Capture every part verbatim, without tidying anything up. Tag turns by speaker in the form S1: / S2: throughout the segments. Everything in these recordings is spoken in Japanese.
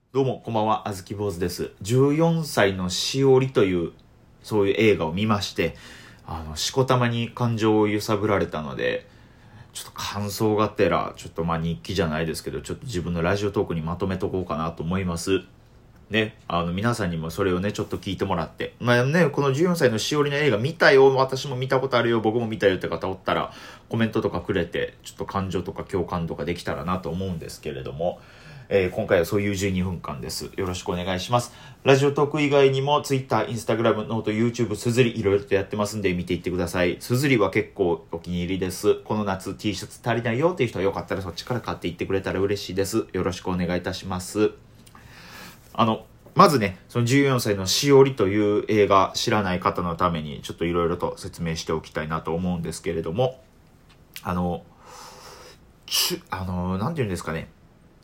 S1: どうもこんばんは、あずき坊主です。じゅうよんさいのしおりというそういう映画を見まして、あのしこたまに感情を揺さぶられたので、ちょっと感想がてらちょっとまあ日記じゃないですけど、ちょっと自分のラジオトークにまとめとこうかなと思います。ね、あの皆さんにもそれをねちょっと聞いてもらって、まあね、このじゅうよんさいのしおりの映画見たよ、私も見たことあるよ、僕も見たよって方おったらコメントとかくれて、ちょっと感情とか共感とかできたらなと思うんですけれども、えー、今回はそういうじゅうにふんかんです。よろしくお願いします。ラジオトーク以外にも Twitter、Instagram、ノート、YouTube、すずりいろいろとやってますんで見ていってください。すずりは結構お気に入りです。この夏 T シャツ足りないよっていう人はよかったらそっちから買っていってくれたら嬉しいです。よろしくお願いいたします。あのまずね、そのじゅうよんさいのしおりという映画知らない方のためにちょっといろいろと説明しておきたいなと思うんですけれども、あの、ちゅ、あの、なんていうんですかね、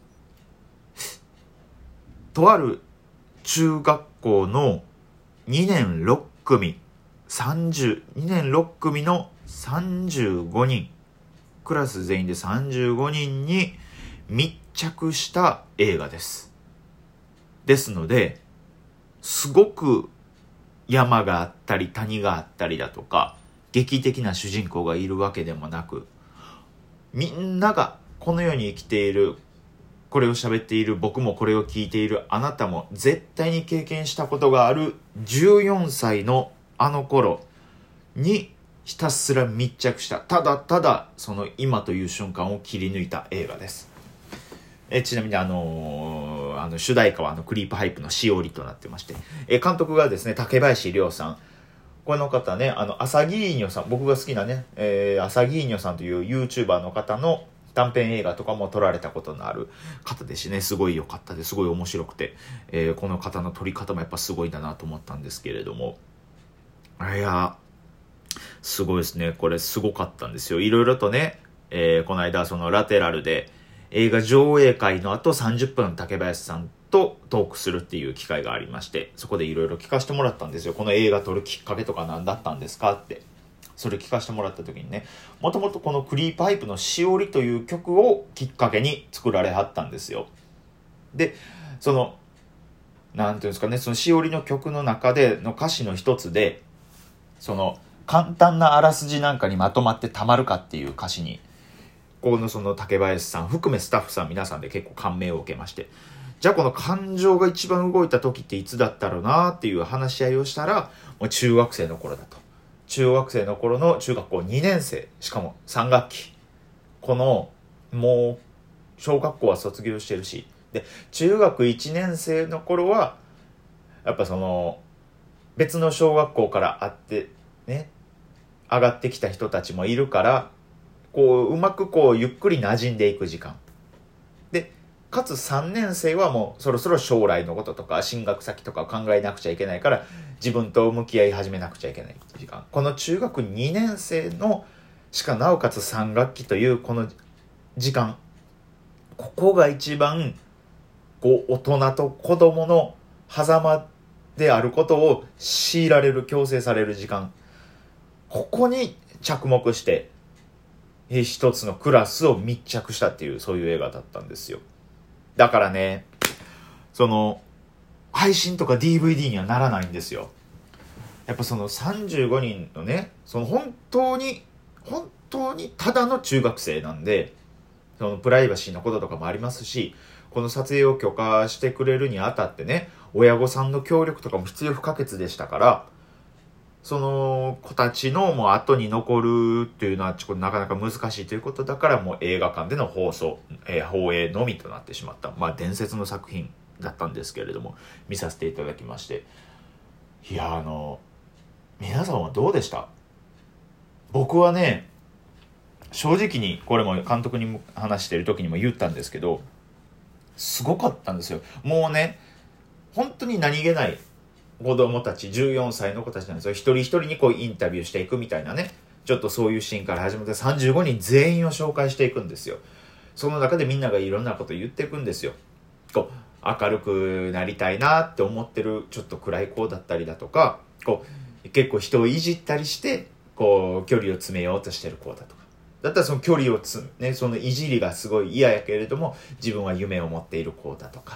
S1: とある中学校のにねんろっくみ、さんじゅう、にねんろっくみのさんじゅうごにん、クラス全員でさんじゅうごにんに密着した映画です。ですので、すごく山があったり谷があったりだとか、劇的な主人公がいるわけでもなく、みんながこの世に生きている、これを喋っている僕もこれを聞いているあなたも絶対に経験したことがあるじゅうよんさいのあの頃にひたすら密着した、ただただその今という瞬間を切り抜いた映画です。えちなみにあのー、あの主題歌はあのクリープハイプのしおりとなってまして、え監督がですね竹林亮さん。この方ね、あのアサギーニョさん、僕が好きなね、えー、アサギーニョさんという YouTuber の方の短編映画とかも撮られたことのある方ですしね、すごい良かったです。すごい面白くて、えー、この方の撮り方もやっぱすごいんだなと思ったんですけれども、いやすごいですね。これすごかったんですよ。いろいろとね、えー、この間そのラテラルで映画上映会の後さんじゅっぷん竹林さんとトークするっていう機会がありまして、そこでいろいろ聞かせてもらったんですよ。この映画撮るきっかけとか何だったんですかって。それ聞かせてもらった時にね、もともとこのクリープハイプのしおりという曲をきっかけに作られはったんですよ。で、その、なんていうんですかね、そのしおりの曲の中での歌詞の一つで、その、簡単なあらすじなんかにまとまってたまるかっていう歌詞に、このその竹林さん含めスタッフさん皆さんで結構感銘を受けまして、じゃあこの感情が一番動いた時っていつだったろうなっていう話し合いをしたら、もう中学生の頃だと。中学生の頃の中学校にねんせい、しかもさんがっき。この、もう、小学校は卒業してるし、で、中学いちねんせいの頃は、やっぱその、別の小学校から会って、ね、上がってきた人たちもいるから、こううまくこうゆっくり馴染んでいく時間で、かつさんねんせいはもうそろそろ将来のこととか進学先とかを考えなくちゃいけないから、自分と向き合い始めなくちゃいけない時間。この中学にねんせいのしかなおかつさんがっきというこの時間、ここが一番こう大人と子供の狭間であることを強いられる、強制される時間、ここに着目して一つのクラスを密着したっていう、そういう映画だったんですよ。だからね、その配信とか ディーブイディー にはならないんですよ。やっぱそのさんじゅうごにんのね、その本当に本当にただの中学生なんで、そのプライバシーのこととかもありますし、この撮影を許可してくれるにあたってね、親御さんの協力とかも必要不可欠でしたから、その子たちのもう後に残るっていうのはちょっとなかなか難しいということだから、もう映画館での放送、えー、放映のみとなってしまった、まあ伝説の作品だったんですけれども、見させていただきまして、いや、あの皆さんはどうでした？僕はね、正直にこれも監督に話してる時にも言ったんですけど、すごかったんですよ。もうね、本当に何気ない子供たち、じゅうよんさいの子たちなんですよ。一人一人にこうインタビューしていくみたいなね、ちょっとそういうシーンから始まってさんじゅうごにん全員を紹介していくんですよ。その中でみんながいろんなこと言っていくんですよ。こう明るくなりたいなって思ってるちょっと暗い子だったりだとか、こう結構人をいじったりしてこう距離を詰めようとしてる子だとか、だったらその距離をつ、ね、そのいじりがすごい嫌やけれども自分は夢を持っている子だとか、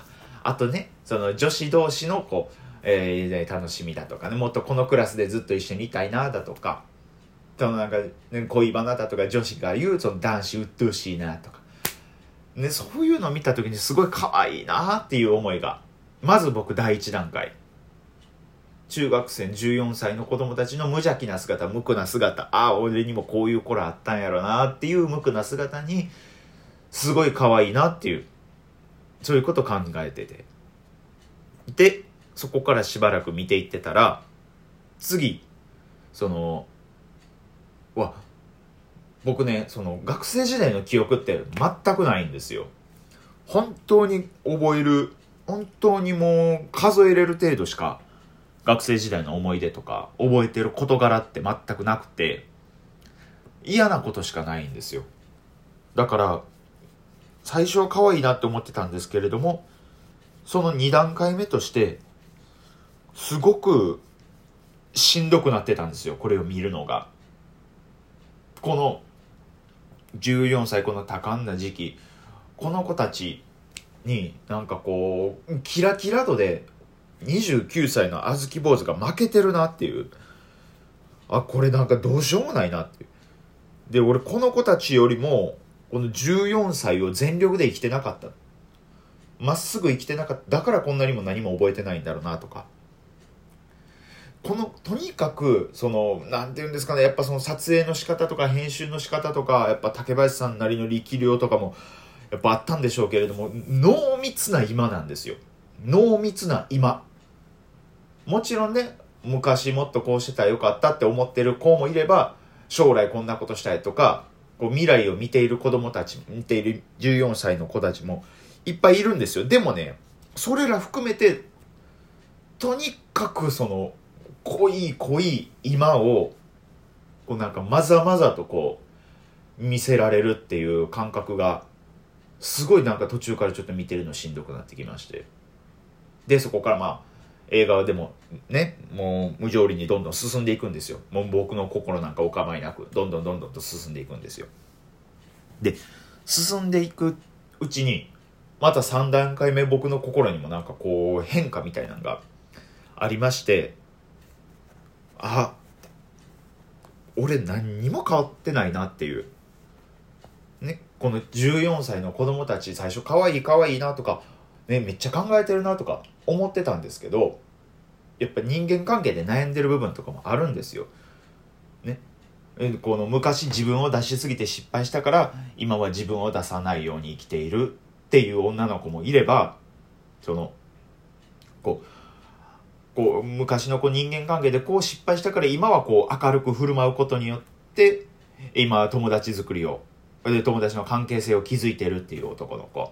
S1: あとね、その女子同士のこう、えー、楽しみだとかね、もっとこのクラスでずっと一緒にいたいなだとか、そのなんか、ね、恋バナだとか、女子が言うその男子鬱陶しいなとか、ね、そういうのを見た時にすごい可愛いなっていう思いが、まず僕第一段階。中学生じゅうよんさいの子供たちの無邪気な姿、無垢な姿、ああ俺にもこういう頃あったんやろなっていう無垢な姿にすごい可愛いなっていう、そういうことを考えてて、でそこからしばらく見ていってたら、次そのわ僕ね、その学生時代の記憶って全くないんですよ。本当に覚える、本当にもう数えれる程度しか学生時代の思い出とか覚えてる事柄って全くなくて、嫌なことしかないんですよ。だから最初は可愛いなって思ってたんですけれども、そのに段階目としてすごくしんどくなってたんですよ、これを見るのが。このじゅうよんさい、この多感な時期、この子たちになんかこうキラキラ度でにじゅうきゅうさいのあずき坊主が負けてるなっていう、あ、これなんかどうしようもないなっていう。で俺この子たちよりもこのじゅうよんさいを全力で生きてなかった、まっすぐ生きてなかった、だからこんなにも何も覚えてないんだろうなとか、このとにかくそのなんていうんですかね、やっぱその撮影の仕方とか編集の仕方とか、やっぱ竹林さんなりの力量とかもやっぱあったんでしょうけれども、濃密な今なんですよ。濃密な今。もちろんね、昔もっとこうしてたらよかったって思ってる子もいれば、将来こんなことしたいとか、こう未来を見ている子供たち、見ているじゅうよんさいの子たちもいっぱいいるんですよ。でもね、それら含めてとにかくその濃い濃い今をこうなんかまざまざとこう見せられるっていう感覚がすごい、なんか途中からちょっと見てるのしんどくなってきまして、でそこからまあ映画でもね、もう無条理にどんどん進んでいくんですよ。もう僕の心なんかお構いなくどんどんどんどんと進んでいくんですよ。で進んでいくうちにまたさん段階目、僕の心にもなんかこう変化みたいなのがありまして、あ、俺何にも変わってないなっていうね、このじゅうよんさいの子供たち最初可愛い可愛いなとかね、めっちゃ考えてるなとか思ってたんですけど、やっぱ人間関係で悩んでる部分とかもあるんですよ。ね、この昔自分を出しすぎて失敗したから今は自分を出さないように生きているっていう女の子もいれば、そのこうこう昔のこう人間関係でこう失敗したから今はこう明るく振る舞うことによって今友達作りを、友達の関係性を築いてるっていう男の子、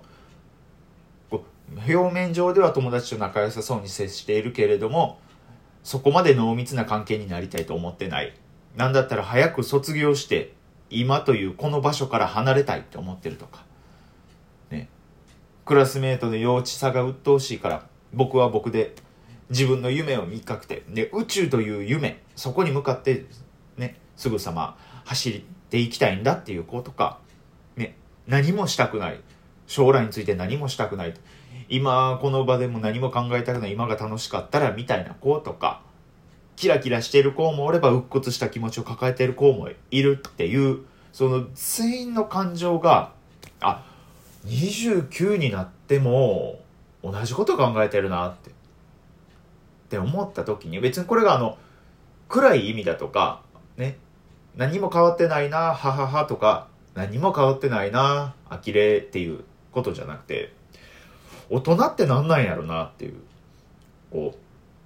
S1: 表面上では友達と仲良さそうに接しているけれども、そこまで濃密な関係になりたいと思ってない、なんだったら早く卒業して今というこの場所から離れたいって思ってるとかね、クラスメートの幼稚さが鬱陶しいから僕は僕で自分の夢を見かけて、で宇宙という夢、そこに向かってねすぐさま走っていきたいんだっていう子とかね、何もしたくない、将来について何もしたくない、今この場でも何も考えたくない、今が楽しかったらみたいな子とか、キラキラしている子もおれば鬱屈した気持ちを抱えている子もいるっていう、その全員の感情が、あ、にじゅうきゅうになっても同じこと考えてるなってって思った時に、別にこれがあの暗い意味だとかね、何も変わってないなはははとか、何も変わってないな呆れっていうことじゃなくて、大人ってなんなんやろなっていう、こう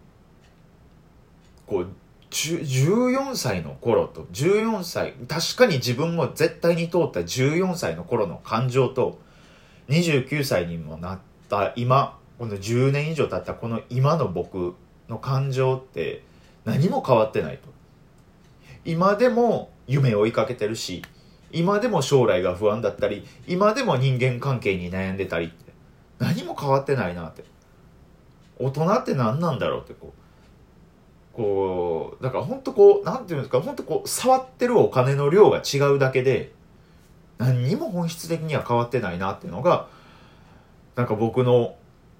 S1: こうじゅうよんさいの頃とじゅうよんさい、確かに自分も絶対に通ったじゅうよんさいの頃の感情とにじゅうきゅうさいにもなった今、このじゅうねん以上経ったこの今の僕の感情って何も変わってないと。今でも夢を追いかけてるし、今でも将来が不安だったり、今でも人間関係に悩んでたりって、何も変わってないなって。大人って何なんだろうって、こうこうだから本当こうなんていうんですか、本当こう触ってるお金の量が違うだけで何にも本質的には変わってないなっていうのが、なんか僕の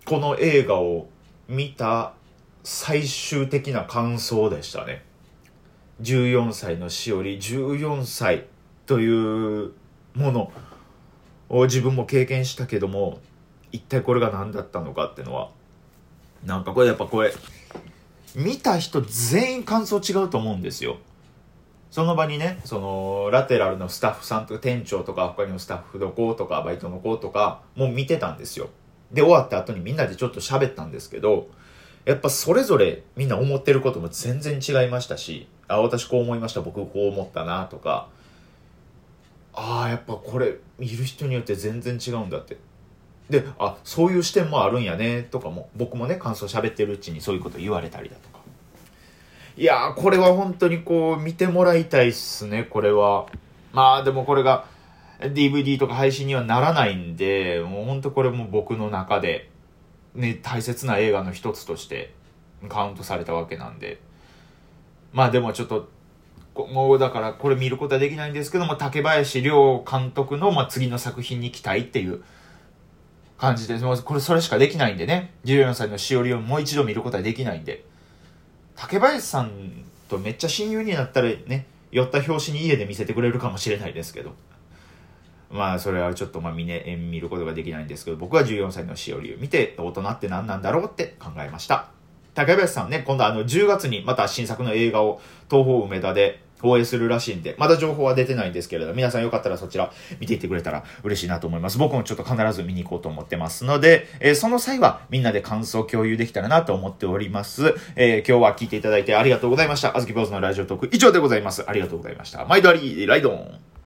S1: この映画を見た最終的な感想でしたね。じゅうよんさいのしおり、じゅうよんさいというものを自分も経験したけども、一体これが何だったのかっていうのは、なんかこれやっぱこれ見た人全員感想違うと思うんですよ。その場にね、そのラテラルのスタッフさんとか店長とか他にもスタッフの子とかバイトの子とかも見てたんですよ。で終わった後にみんなでちょっと喋ったんですけど、やっぱそれぞれみんな思ってることも全然違いましたし、あ、私こう思いました、僕こう思ったなとか、ああやっぱこれ見る人によって全然違うんだって、で、あ、そういう視点もあるんやねとかも、僕もね感想喋ってるうちにそういうこと言われたりだとか、いやーこれは本当にこう見てもらいたいっすね。これはまあでもこれが ディーブイディー とか配信にはならないんで、もう本当これも僕の中でね大切な映画の一つとしてカウントされたわけなんで、まあでもちょっともうだからこれ見ることはできないんですけども、竹林涼監督のまあ次の作品に期待っていう感じで、もうこれそれしかできないんでね、じゅうよんさいのしおりをもう一度見ることはできないんで、竹林さんとめっちゃ親友になったらね、寄った表紙に家で見せてくれるかもしれないですけど、まあそれはちょっとまあ見,、ね、見ることができないんですけど、僕はじゅうよんさいのしおりを見て大人って何なんだろうって考えました。竹林さんね、今度あのじゅうがつにまた新作の映画を東宝梅田で放映するらしいんで、まだ情報は出てないんですけれど、皆さんよかったらそちら見ていってくれたら嬉しいなと思います。僕もちょっと必ず見に行こうと思ってますので、えー、その際はみんなで感想を共有できたらなと思っております。えー、今日は聞いていただいてありがとうございました。あずき坊主のラジオトーク以上でございます。ありがとうございました。毎度あり、ライドン。